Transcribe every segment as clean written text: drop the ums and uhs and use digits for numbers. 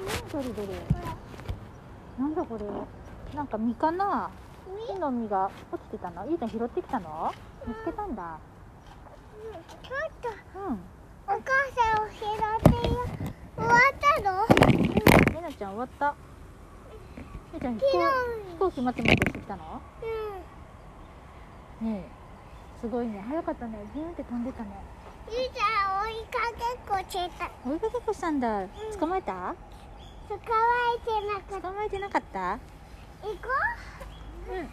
どれどれ。なんだこれ。なんか実かな。木の実が落ちてたの。ゆうちゃん拾ってきたの。見つけたんだ。 ちょっと。 うん。 お母さんを拾ってよ。終わったの？ れなちゃん終わった。ゆうちゃん飛行機待ってしてきたの。ねえ、すごいね。早かったね。ビューンって飛んでたね。 ゆうちゃん追いかけっこしてた。 追いかけっこしたんだ。捕まえた？ 捕まえてなかった。 捕まえてなかった？ 行こう。 うん。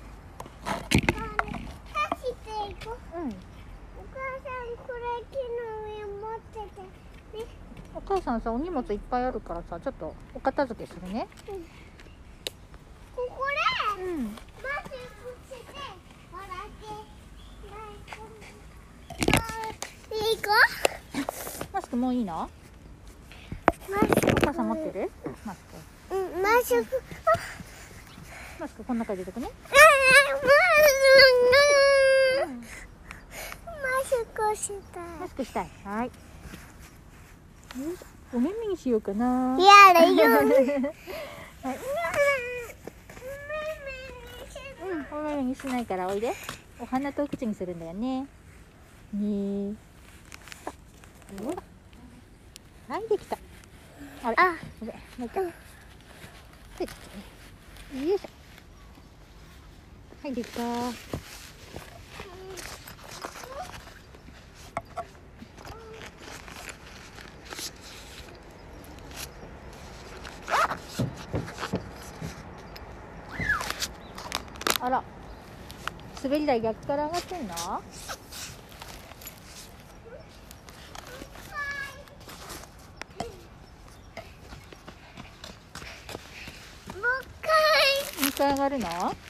走って行こう。 うん。 お母さんこれ木の上持ってて、ね。 お母さんさ、お荷物いっぱいあるからさ、ちょっとお片付けするね。 ここで、マスクして、ほら行こう。マスクもういいの？お母さん持ってる？マスク。 うん、マスク。 マスクこの中に入れとくね。 マスクしたい。 マスクしたい。はい。お目目にしようかな。 やだよ。 はい。お目目にしないからおいで。お鼻と口にするんだよね。ねえ。はい、できた。あれ。ごめん、もう一回。よいしょ。はい、できた。あら、滑り台逆から上がってんの？もう一回上がるの？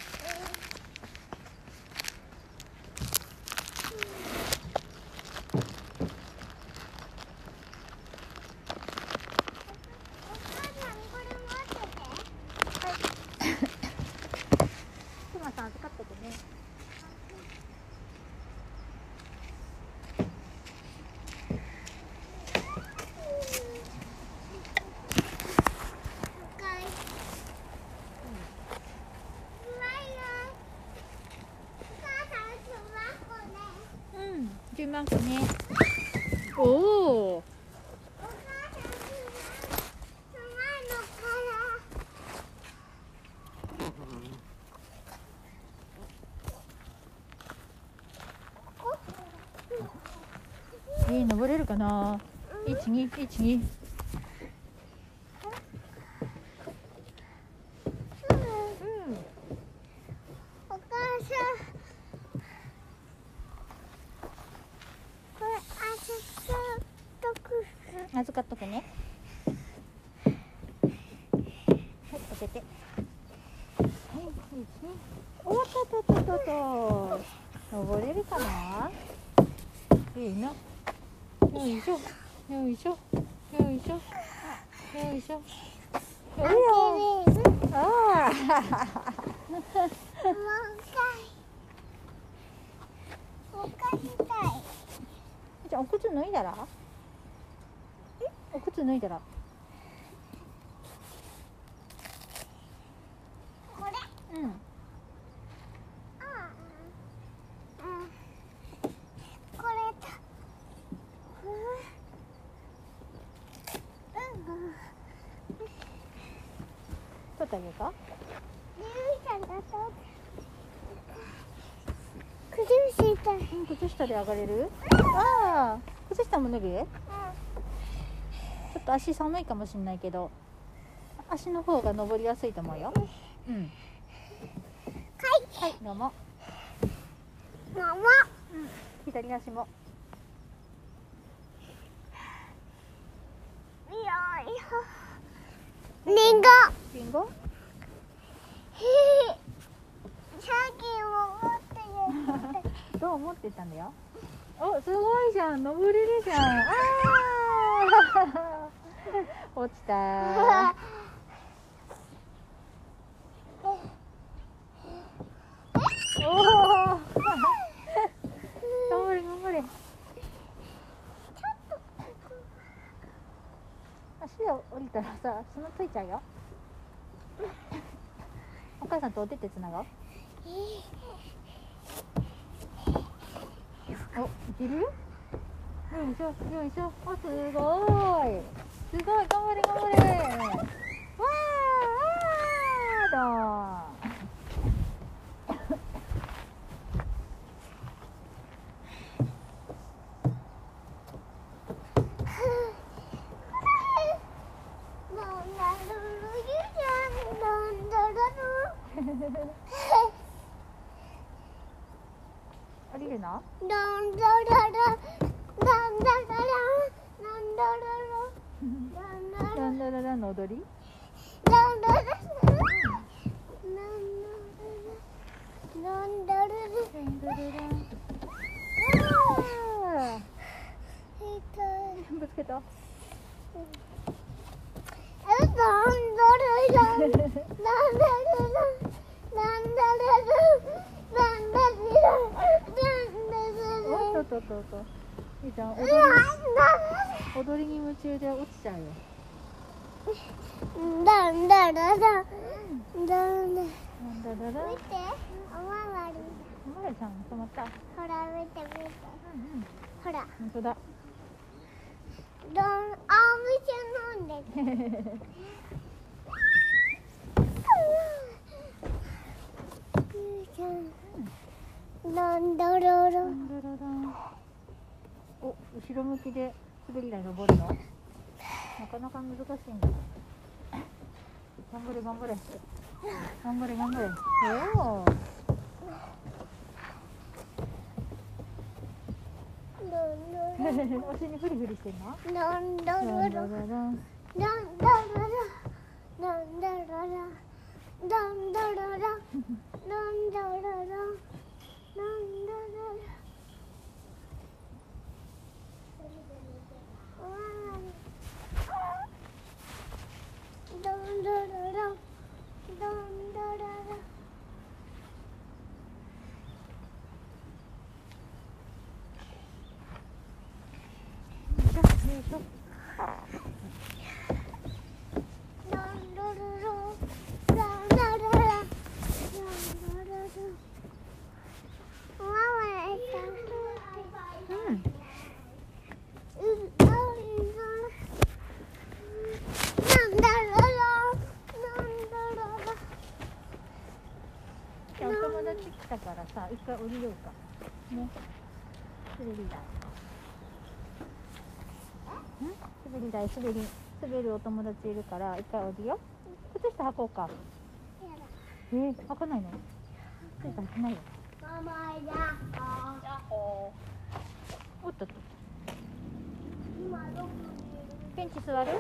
くまさん預かっててね。10万個ね。おお。登れるかな。12、12。 お母さん。これ預かっとくね。はい、開けて。はい、おっとっとっとっと。登れるかな。いいな。よいしょ。よいしょ。よいしょ。よいしょ。ああ。じゃあお靴脱いだら？お靴脱いだら？ これ？ うん。 これだ。 取ってあげるか？靴下で上がれる？ああ、靴下も脱ぐ？ちょっと足寒いかもしれないけど、足の方が登りやすいと思うよ。うん。はい、どうも。 ママ。 左足も。 リンゴ。 リンゴ？ さっきも持ってる。 どう思ってたんだよ。お、すごいじゃん、登れるじゃん。ああ。落ちたー。おお。頑張れ頑張れ。足を折りりたらさ、砂ついちゃうよ。お母さんとお手手つながう。お、いけるよ。よいしょ、よいしょ。あ、すごい。すごい、頑張れ、頑張れ。わー、ど降りるの？ランダララの踊り？ぶつけた。おっとっとっとっと。いいじゃん、踊りに夢中で落ちちゃうよ。 なんだらら。 なんだらら。 見て、おまわり。 おまわりさん止まった。 ほら見て見て。ほら。 本当だ。 お水飲んで。なんだらら。 お、後ろ向きで滑り台登るの？なかなか難しいんだ。頑張れ頑張れ。頑張れ頑張れ。おお。お尻フリフリしてんの？ なんだらら。なんだらら。なんだらら。なんだらら。なんだらら。なんだらら。なんだらら。 お友達来たからさ、一回降りようか。ね。滑り台。滑るお友達いるから一回降りよう。靴下履こうか。履かないの？靴下履かないよ。おっとっと。ベンチ座る？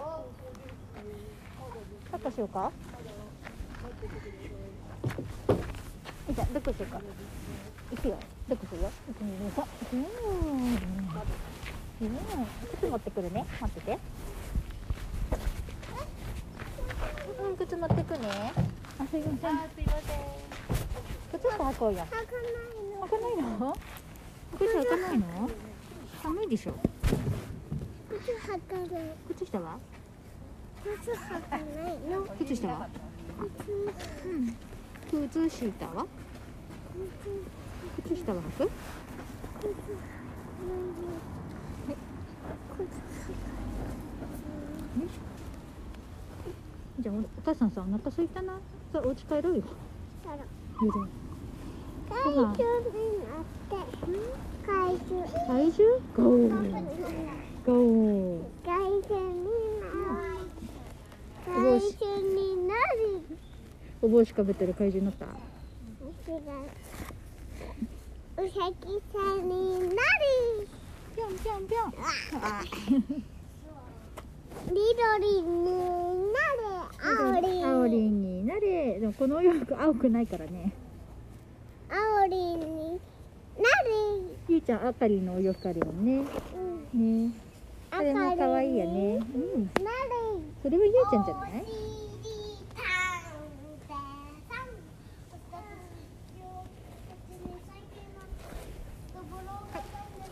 抱っこしようか？じゃあ、どこしようか。行くよ。どこするよ。靴持ってくるね。待ってて。靴持ってくね。あ、すいません。靴下履こうよ。履かないの？靴下履かないの？寒いでしょ。靴下は？靴下は？靴下は？靴下は履く？じゃあお母さんさ、お腹空いたな。さあ、お家帰ろうよ。 怪獣になって怪獣？ゴーゴー。 怪獣になる。 お帽子かぶってる怪獣になった？ うさぎさんになる。 ぴょんぴょんぴょん。 緑になれ。 青りになれ。でもこのお洋服青くないからね。 青りになれ。 ゆうちゃん、あかりのお洋服あるよね。ね。それも可愛いよね。それはゆうちゃんじゃない？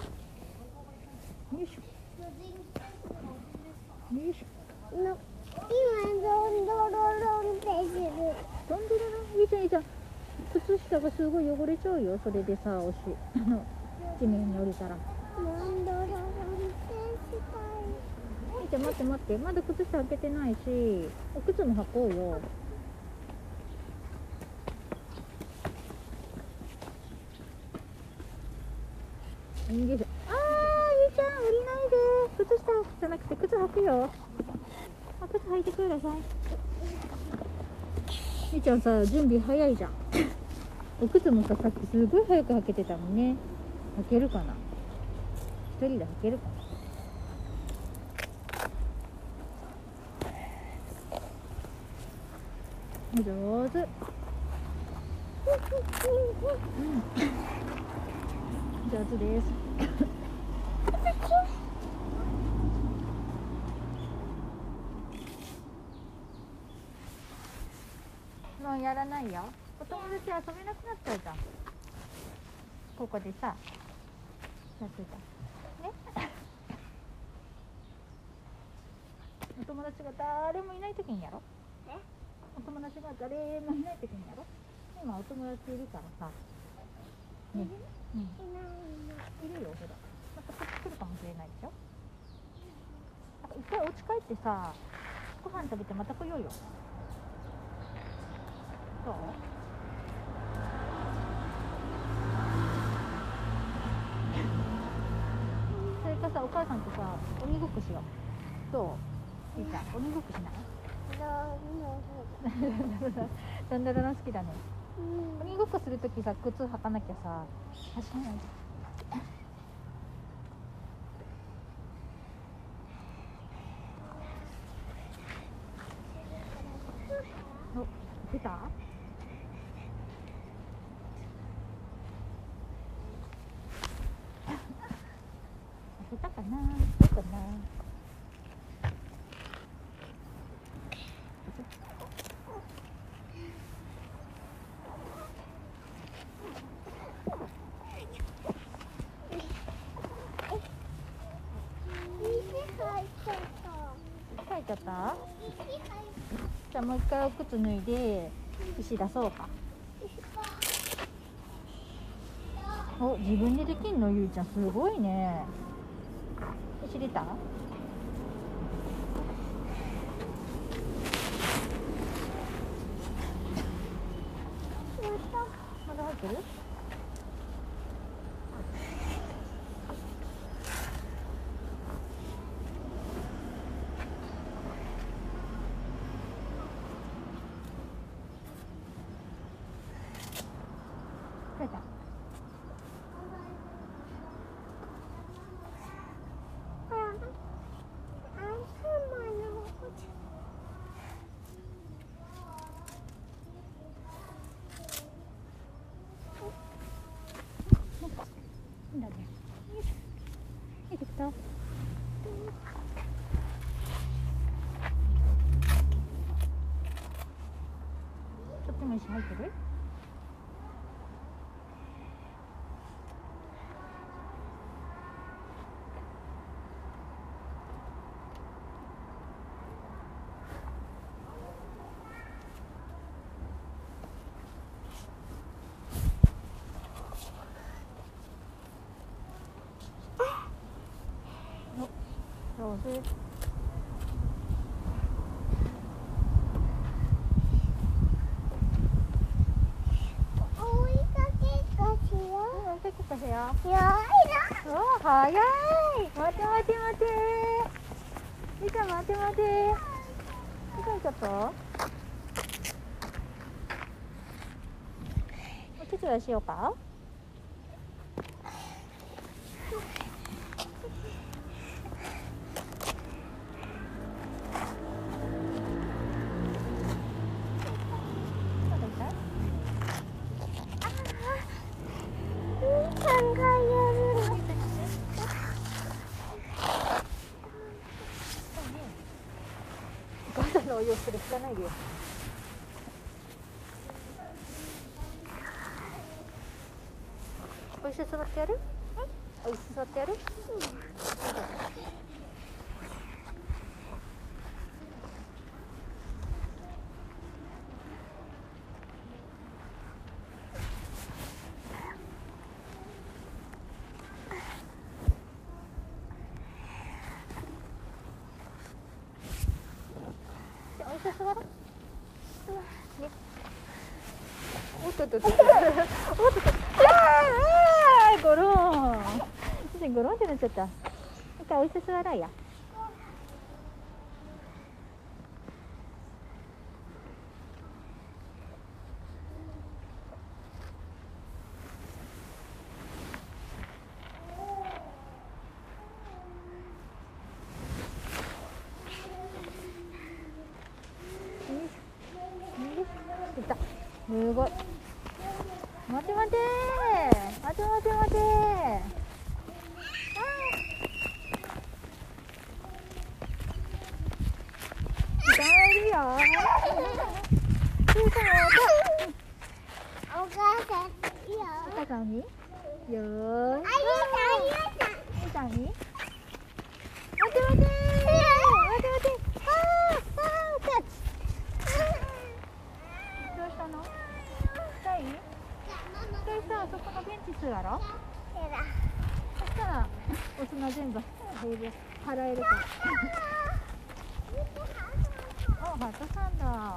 よいしょ。よいしょ。 下がすごい汚れちゃうよ。それでさ、地面に降りたら。 なんだろう、運転したい。 待って待って、まだ靴下履けてないし、お靴も履こうよ。いいです。あー、ゆいちゃん降りないで。靴下じゃなくて靴履くよ。あ、靴履いてください。ゆいちゃんさ、準備早いじゃん。お靴もさ、さっきすごい早く履けてたもんね。履けるかな。一人で履けるかな。上手。上手です。もうやらないよ。お友達遊べなくなっちゃうじゃん。ここでさ、やってた。ね。お友達が誰もいない時にやろ。お友達が誰もいない時にやろ。今お友達いるからさ。ね。うん。いるよ、ほら。またこっち来るかもしれないでしょ。なんか一回お家帰ってさ、ご飯食べてまた来ようよ。どう？それかさ、お母さんとさ、鬼ごっこしよう。どう？いいか、鬼ごっこしない？ダンダララ好きだね。鬼ごっこするときさ、靴履かなきゃさ、走らないで。お、出た？開けたかな？どうかな？入っちゃった？じゃあもう一回お靴脱いで石出そうか。お、自分でできんの？ゆいちゃんすごいね。石出た？まだ入ってる？出た。だね。出てきた。そっちも石入ってる？上手。 追いかけっこしよ追いかけっこしよう。 う。よいな。 お、早い。待て待て待て。みかん待て待て。みかんちょっと。お手伝いしようか。お母さんのお洋服で拭かないでよ。お椅子座ってやる？お椅子座ってやる？ じゃあ座ろう。ね。おっとっとっとっと。おっとっと。ゴロン。ゴロンってなっちゃった。一回お椅子座らいや。すごい。待て待て待て待て待て。捕まえるよ。 お母さんいいよ。 お母さんによーい。お母さんに待て待て待て待て。キャッチ。どうしたの？痛い？一回さ、そこのベンチ座ろう。そしたらお砂全部払えるから。お、ハトさんだ。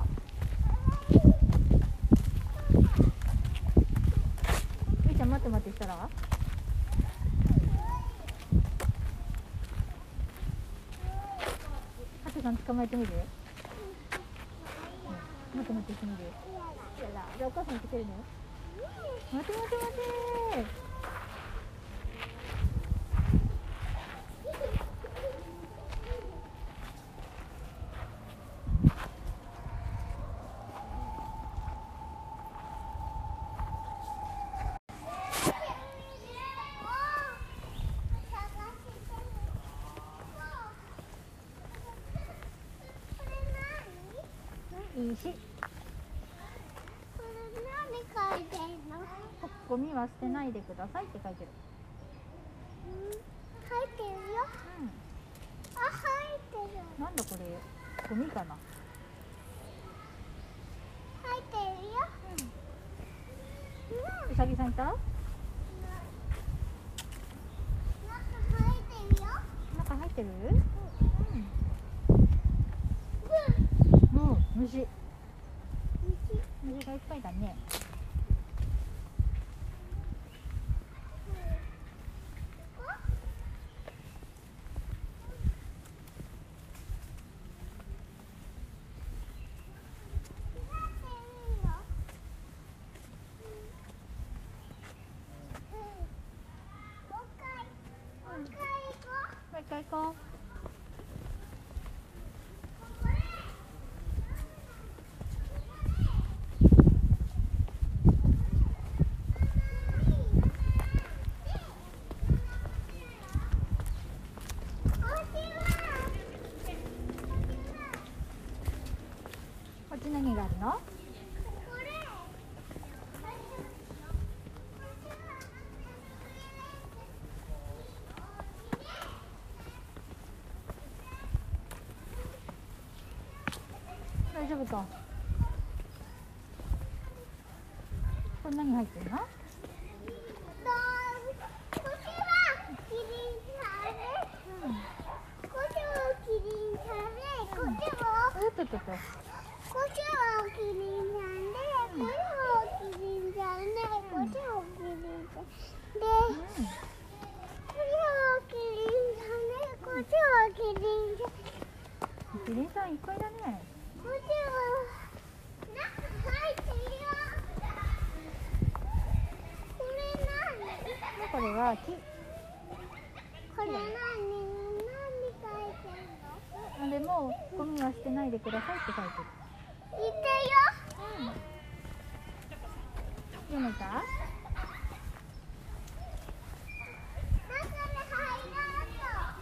ゆいちゃん待って待ってしたら？ハトさん捕まえてみる？待って待ってしてみる？じゃあお母さん来てるの？待て待て待て。いいし。 これ何書いてんの？ ゴミは捨てないでくださいって書いてる。 書いてるよ。あ、書いてる。 なんだこれ、ゴミかな。 書いてるよ。 うさぎさんいた？中入ってる？虫がいっぱいだね。もう一回行こう。こっち何があるの？大丈夫か？これ何入ってるの？とっとっと。 こっちはキリンさんで、これもキリンさんで、こっちもキリンさんで、これもキリンさんで、こっちもキリンさん。 キリンさんいっぱいだね。 こっちも中入ってるよ。これ何？ これは木。 これ何？何書いてるの？ でもゴミは捨てないでくださいって書いてる。 言ってよ。 読めた？ 中に入らんと。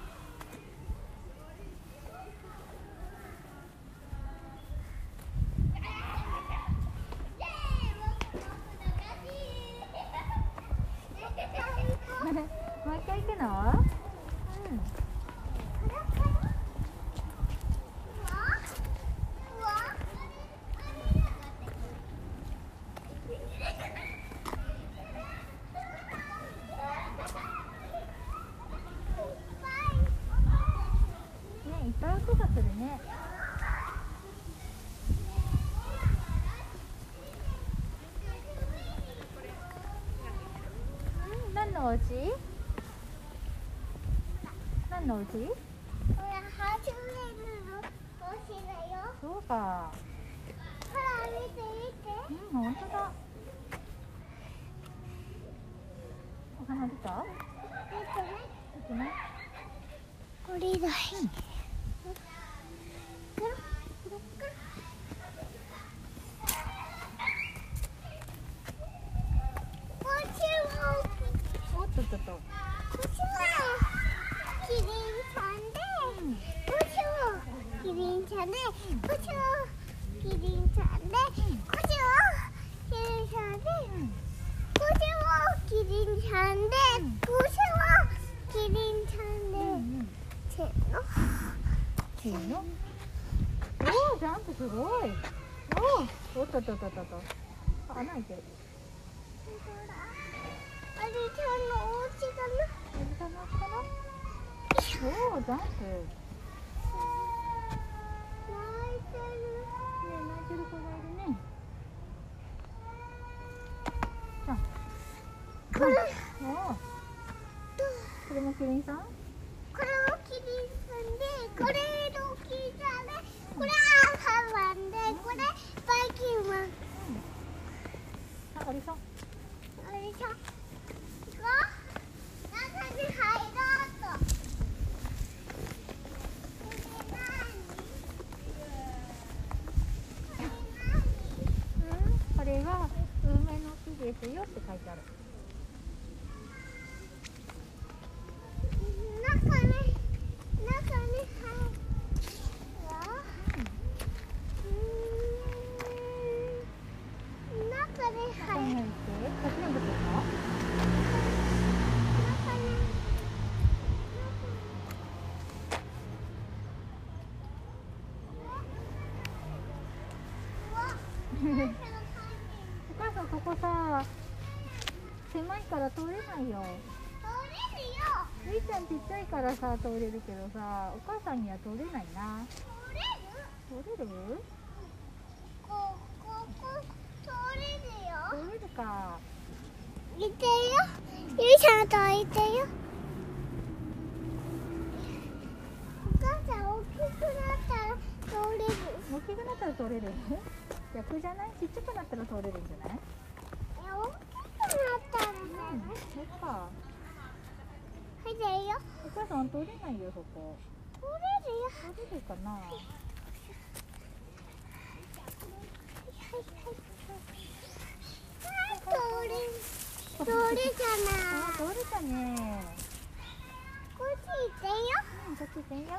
もう一回行くの？いっぱい音がするね。 のお家？何のお家？ これ初めての星だよ。 そうか。 ほら見て見て。 うん、本当だ。お花出た？出てない？ これだ。 おっとっとっと。 こっちはキリンさんで、こっちはキリンちゃんで、こっちはキリンちゃんで、こっちはキリンちゃんで、こっちはキリンちゃんで、こっちはキリンちゃんで、せーの。 せーの。おお、ジャンプすごい。おっとっとっとっとっと。穴開いてる。 あれちゃんのお家かな。 おじさんのお家かな。おお、ジャンプ。 泣いてる。 ね、泣いてる子がいるね。あ、 これ、 おお。これもキリンさん？ これもキリンさんで、これロキさんで、これアンパンマンで、これバイキンマン。 あ、アリさん。 あれちゃん。行こう。中に入ろうと。これこれは梅の木ですよって書いてある。 中に入るよ。中に入る。 ここに入って、かくれんぼするの？ 中に。 お母さん、ここさ、狭いから通れないよ。ゆいちゃんちっちゃいからさ、通れるけどさ、お母さんには通れないな。通れる？ こ通れるよ。 通れるか。 いてよ。ゆいちゃんといてよ。お母さん大きくなったら通れる。 大きくなったら通れる？逆じゃない？ちっちゃくなったら通れるんじゃない？ 大きくなったらね。 そっか。 入ってよ。 お母さん通れないよ、そこ。 通れるよ。 通れるかな？ 通れじゃない。 あ、通れたね。 こっち行ってよ。 こっち行ってみよ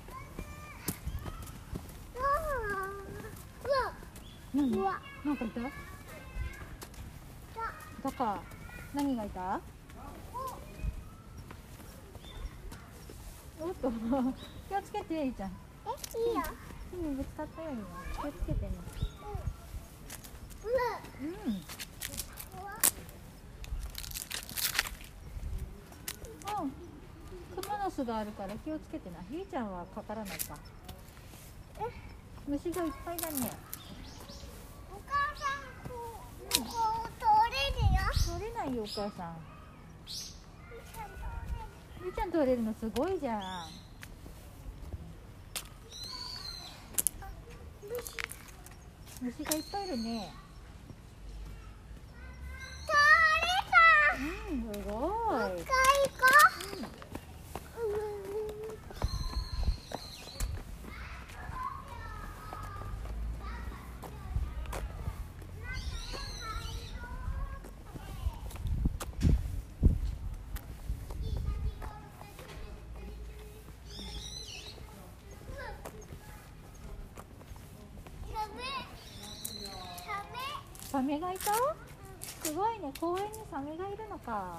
う。 うわ。 なんかいた？いたか。何がいた？おっと、気をつけて、ゆいちゃん。 いいよ。 木にぶつかったようにね。気をつけてね。うん。クモの巣があるから気をつけてな。ゆいちゃんはかからないか。虫がいっぱいだね。 お母さん、こう通れるよ。 通れないよ、お母さん。ゆいちゃん通れるのすごいじゃん。虫がいっぱいいるね。うん、すごい。 もう一回行こう。 サメがいた？すごいね、公園にサメがいるのか。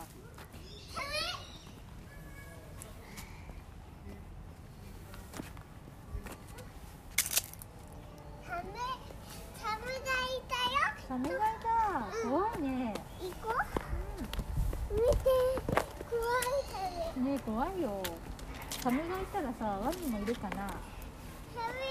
サメがいた。すごいね。 行こう。見て、怖いサメ。 ね、怖いよ。サメがいたらさ、ワニもいるかな。 サメだよ、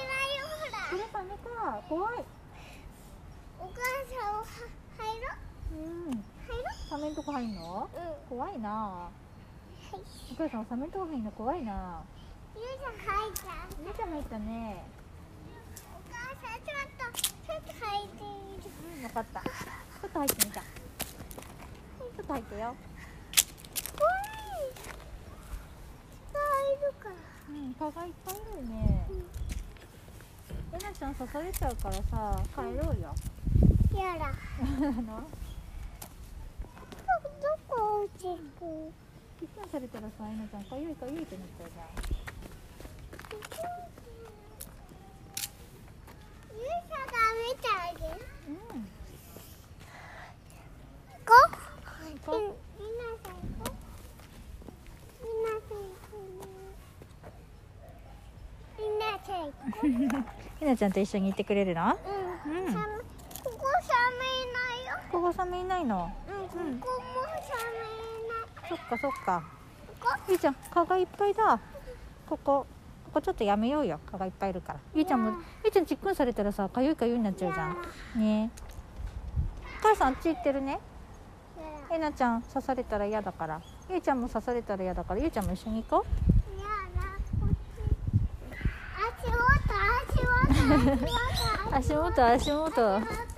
ほら。 これサメか。怖い。 お母さん入ろう。 サメんとこ入んの？怖いな。お母さんサメんとこ入んの怖いな。 ゆうちゃん入った。 ゆうちゃん入ったね。 お母さんちょっと入っている。 分かった。ちょっと入ってみた。ちょっと入ってよ。 怖い。いるから。 蚊がいっぱいいるね。えなちゃん刺されちゃうからさ、帰ろうよ。 やだ。どこ落ちく？ キスされたらさ、えなちゃんかゆいかゆいってなっちゃうじゃん。 ゆうちゃんが見てあげる。行こう。みんなさん行こう。 えなちゃんと一緒に行ってくれるの？ ここサメいないよ。 ここサメいないの？ ここもサメいない。 そっかそっか。ゆうちゃん、蚊がいっぱいだ。ここちょっとやめようよ。蚊がいっぱいいるから。ゆうちゃんちっくんされたらさ、かゆいになっちゃうじゃん。ね。お母さんあっち行ってるね。えなちゃん刺されたら嫌だから。ゆうちゃんも刺されたら嫌だから、ゆうちゃんも一緒に行こう。 足元。 足元。